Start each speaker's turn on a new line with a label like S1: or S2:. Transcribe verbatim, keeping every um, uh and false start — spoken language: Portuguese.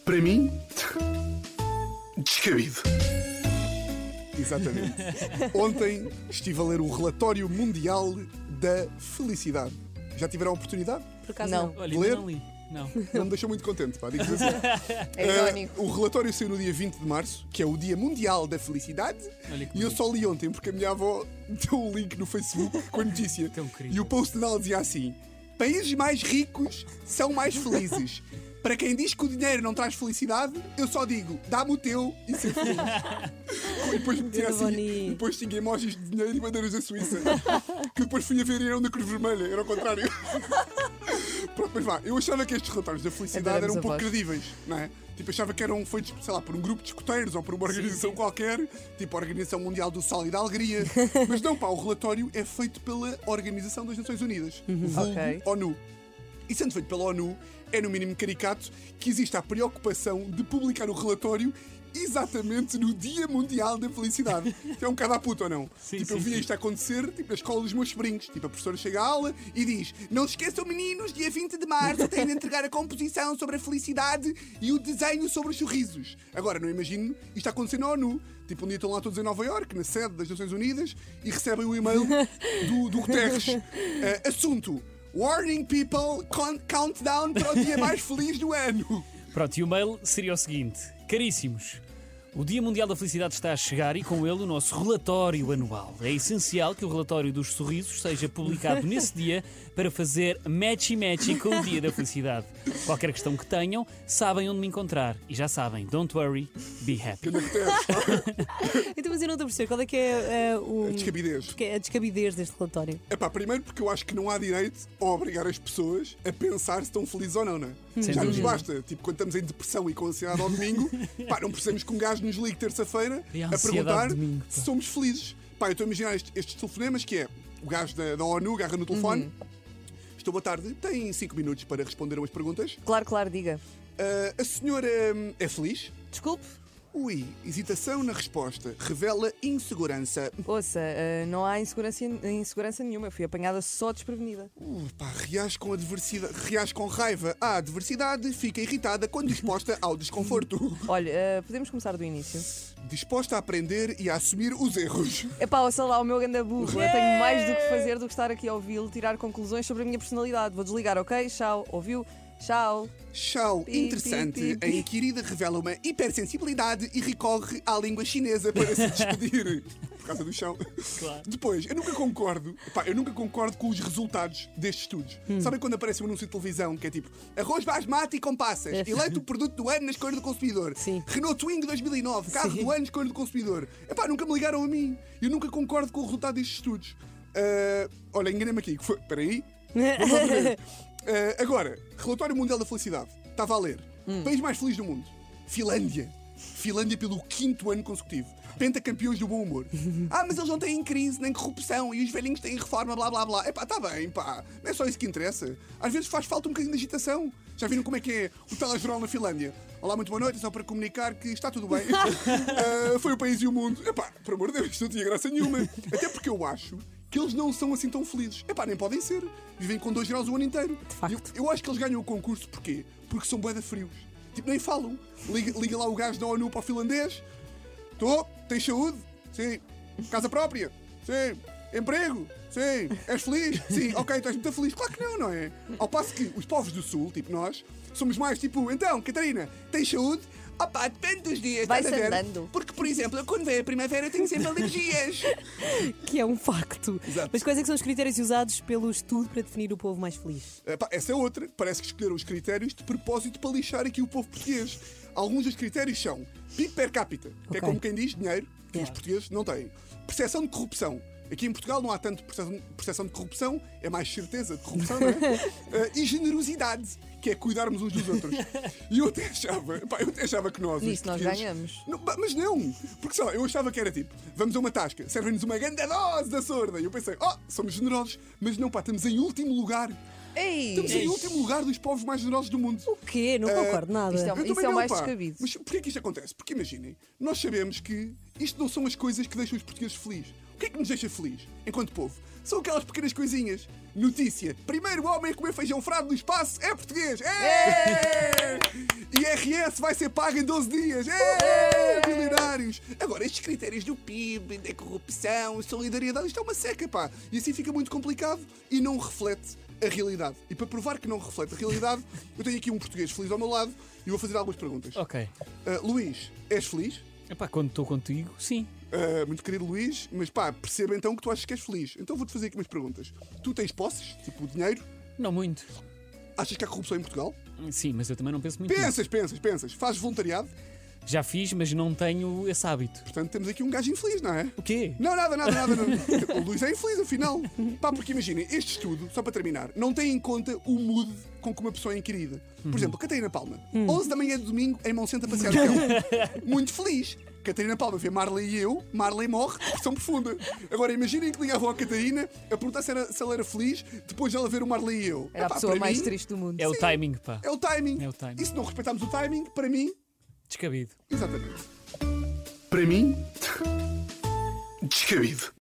S1: Para mim, descabido.
S2: Exatamente. Ontem estive a ler o relatório mundial da felicidade. Já tiveram a oportunidade?
S3: Por acaso
S4: Não.
S3: não.
S2: De
S3: Olha,
S2: ler?
S3: ainda não li. Não.
S2: Não me deixou muito contente, pá, digo-vos assim.
S4: É irónico.
S2: Uh, o relatório saiu no dia vinte de março, que é o Dia Mundial da Felicidade.
S3: Olha que
S2: E eu
S3: bonito.
S2: só li ontem porque a minha avó deu um link no Facebook com a notícia.
S3: Tão querido.
S2: E o post dela dizia assim: países mais ricos são mais felizes. Para quem diz que o dinheiro não traz felicidade, eu só digo, dá-me o teu e ser feliz. E depois metia
S4: Tudo
S2: assim,
S4: bonito.
S2: depois tinha emojis de dinheiro e bandeiras da Suíça. Que depois fui a ver e eram da Cruz Vermelha, era ao contrário. Pronto, mas vá, eu achava que estes relatórios da felicidade
S4: Adoramos
S2: eram um
S4: a
S2: pouco
S4: voz.
S2: credíveis, não é? Tipo, achava que eram feitos, sei lá, por um grupo de escoteiros ou por uma organização
S3: sim.
S2: qualquer, tipo a Organização Mundial do Sol e da Alegria. Mas não, pá, o relatório é feito pela Organização das Nações Unidas, vulgo
S4: Ok.
S2: ONU. E sendo feito pela ONU, é no mínimo caricato que existe a preocupação de publicar o relatório exatamente no Dia Mundial da Felicidade. É um bocado à puta, ou não?
S3: Sim,
S2: tipo,
S3: sim,
S2: eu vi
S3: sim.
S2: isto acontecer tipo, na escola dos meus sobrinhos. Tipo, a professora chega à aula e diz: não se esqueçam, meninos, dia vinte de março têm de entregar a composição sobre a felicidade e o desenho sobre os sorrisos. Agora, não imagino isto a acontecer na ONU. Tipo, um dia estão lá todos em Nova Iorque, na sede das Nações Unidas, e recebem o e-mail do, do Guterres. Uh, assunto: Warning people, count- countdown para o dia mais feliz do ano.
S3: Pronto, e o mail seria o seguinte: caríssimos, o Dia Mundial da Felicidade está a chegar e com ele o nosso relatório anual. É essencial que o relatório dos sorrisos seja publicado nesse dia para fazer matchy-matchy com o Dia da Felicidade. Qualquer questão que tenham, sabem onde me encontrar. E já sabem, don't worry, be happy.
S4: Então, mas eu não estou a perceber qual é que é eh, o.
S2: A descabidez.
S4: Porque é a descabidez deste relatório.
S2: Epá, primeiro porque eu acho que não há direito a obrigar as pessoas a pensar se estão felizes ou não, não é?
S3: Sem
S2: Já nos
S3: dúvida.
S2: basta, tipo, quando estamos em depressão e com ansiedade ao domingo, pá, não precisamos que um gajo nos ligue terça-feira
S3: E a
S2: a
S3: ansiedade
S2: perguntar
S3: de domingo, pá.
S2: se somos felizes. Pá, eu estou a imaginar estes, estes telefonemas que é o gajo da, da ONU agarra no telefone. Estou, boa tarde, tem cinco minutos para responder a umas perguntas.
S4: Claro, claro, diga.
S2: Ah, a senhora hum, é feliz?
S4: Desculpe.
S2: Ui, hesitação na resposta revela insegurança.
S4: Ouça, eh, não há insegurança, insegurança nenhuma. Eu fui apanhada só desprevenida.
S2: Uh, pá, reage com adversidade, reage com raiva à adversidade, fica irritada quando disposta ao desconforto.
S4: Olha, eh, podemos começar do início.
S2: Disposta a aprender e a assumir os erros.
S4: Epá, ouça lá, o meu ganda burro. Eu tenho mais do que fazer do que estar aqui a ouvi-lo tirar conclusões sobre a minha personalidade. Vou desligar, ok? Tchau. Ouviu? Tchau.
S2: Tchau,
S4: Pi,
S2: interessante.
S4: pi, pi, pi.
S2: A inquirida revela uma hipersensibilidade e recorre à língua chinesa para se despedir. Por causa do chão.
S3: Claro.
S2: Depois, eu nunca concordo, pá, eu nunca concordo com os resultados destes estudos. Sabem quando aparece um anúncio de televisão que é tipo arroz basmati com passas, eleito o produto do ano na escolha do consumidor.
S4: Sim.
S2: Renault Twingo dois mil e nove, carro
S4: Sim.
S2: do ano, escolha do consumidor. Epá, nunca me ligaram a mim. Eu nunca concordo com o resultado destes estudos. Ah, olha, enganei-me aqui. Foi- Espera aí. Vamos outra vez. Ah, agora, Relatório Mundial da Felicidade. Estava a ler. País mais feliz do mundo. Finlândia. Finlândia pelo quinto ano consecutivo. Pentacampeões do bom humor. Ah, mas eles não têm crise nem corrupção e os velhinhos têm reforma, blá blá blá. Epá, tá bem, pá. Não é só isso que interessa. Às vezes faz falta um bocadinho de agitação. Já viram como é que é o telejornal na Finlândia? Olá, muito boa noite. É só para comunicar que está tudo bem. Ah, foi o país e o mundo. Epá, por amor de Deus, isto não tinha graça nenhuma. Até porque eu acho que eles não são assim tão felizes. Epá, nem podem ser. Vivem com dois graus o ano inteiro.
S4: De facto.
S2: Eu, eu acho que eles ganham o concurso porquê? Porque são bué de frios. Tipo, nem falam. Liga, liga lá o gajo da ONU para o finlandês. Estou, tens saúde? Sim. Casa própria? Sim. Emprego? Sim. És feliz? Sim. Ok, tu és muito feliz. Claro que não, não é? Ao passo que os povos do Sul, tipo nós, somos mais tipo, então, Catarina, tens saúde? Opá, depende dos dias.
S4: Vai-se
S2: estás a ver?
S4: andando.
S2: Porque, por exemplo, quando vem a primavera eu tenho sempre alergias.
S4: Que é um facto.
S2: Exato.
S4: Mas quais é que são os critérios usados pelo estudo para definir o povo mais feliz?
S2: Epá, essa é outra. Parece que escolheram os critérios de propósito para lixar aqui o povo português. Alguns dos critérios são P I B per capita, que
S4: Ok.
S2: é como quem diz dinheiro, que
S4: Yeah.
S2: os portugueses não têm. Percepção de corrupção. Aqui em Portugal não há tanto percepção, percepção de corrupção, é mais certeza de corrupção, não é? Ah, e generosidade, que é cuidarmos uns dos outros. E eu até achava, epá, eu até achava que nós. os
S4: Nisso nós
S2: portugueses-
S4: ganhamos.
S2: Não, pá, mas não, porque sei lá, eu achava que era tipo, vamos a uma tasca, servem-nos uma grande dose da sorda. E eu pensei, oh, somos generosos, mas não, pá, estamos em último lugar.
S4: Ei!
S2: Estamos em último lugar dos povos mais generosos do mundo.
S4: O quê? Não concordo nada.
S3: um
S4: Isto
S2: Eu
S4: é,
S2: também
S4: o
S2: não,
S4: mais
S2: pá.
S4: descabido.
S2: Mas porquê que isto acontece? Porque imaginem, nós sabemos que isto não são as coisas que deixam os portugueses felizes. O que é que nos deixa feliz, enquanto povo? São aquelas pequenas coisinhas. Notícia: primeiro homem a comer feijão frado no espaço é português. É! E R S vai ser pago em doze dias. É, milionários. Agora, estes critérios do P I B, da corrupção, solidariedade, isto é uma seca, pá. E assim fica muito complicado e não reflete a realidade. E para provar que não reflete a realidade, eu tenho aqui um português feliz ao meu lado e vou fazer algumas perguntas.
S3: Ok.
S2: Uh, Luís, és feliz?
S3: Epá, quando estou contigo, sim.
S2: Uh, muito querido Luís, mas pá, perceba então que tu achas que és feliz. Então vou-te fazer aqui umas perguntas. Tu tens posses, tipo dinheiro?
S3: Não muito.
S2: Achas que há corrupção em Portugal?
S3: Sim, mas eu também não penso muito nisso.
S2: Pensas, pensas, pensas. Fazes voluntariado?
S3: Já fiz, mas não tenho esse hábito.
S2: Portanto, temos aqui um gajo infeliz, não é?
S3: O quê?
S2: Não, nada, nada, nada. Não. O Luís é infeliz, afinal. Pá, porque imaginem, este estudo, só para terminar, não tem em conta o mood com que uma pessoa é inquirida. Por exemplo, Catarina Palma, onze da manhã de domingo, em Monsanto a passear o cão. Muito feliz. Catarina Palma vê Marley e eu, Marley morre, depressão profunda. Agora imaginem que ligavam à Catarina a perguntar se, era, se ela era feliz depois de ela ver o Marley e eu.
S4: Era
S2: Epá,
S4: a pessoa
S2: para
S4: mais
S2: mim,
S4: triste do mundo.
S3: É o timing, pá.
S2: É o timing.
S3: É o timing.
S2: E se não respeitarmos o timing, para mim,
S3: Descabido.
S2: exatamente. Para mim, descabido.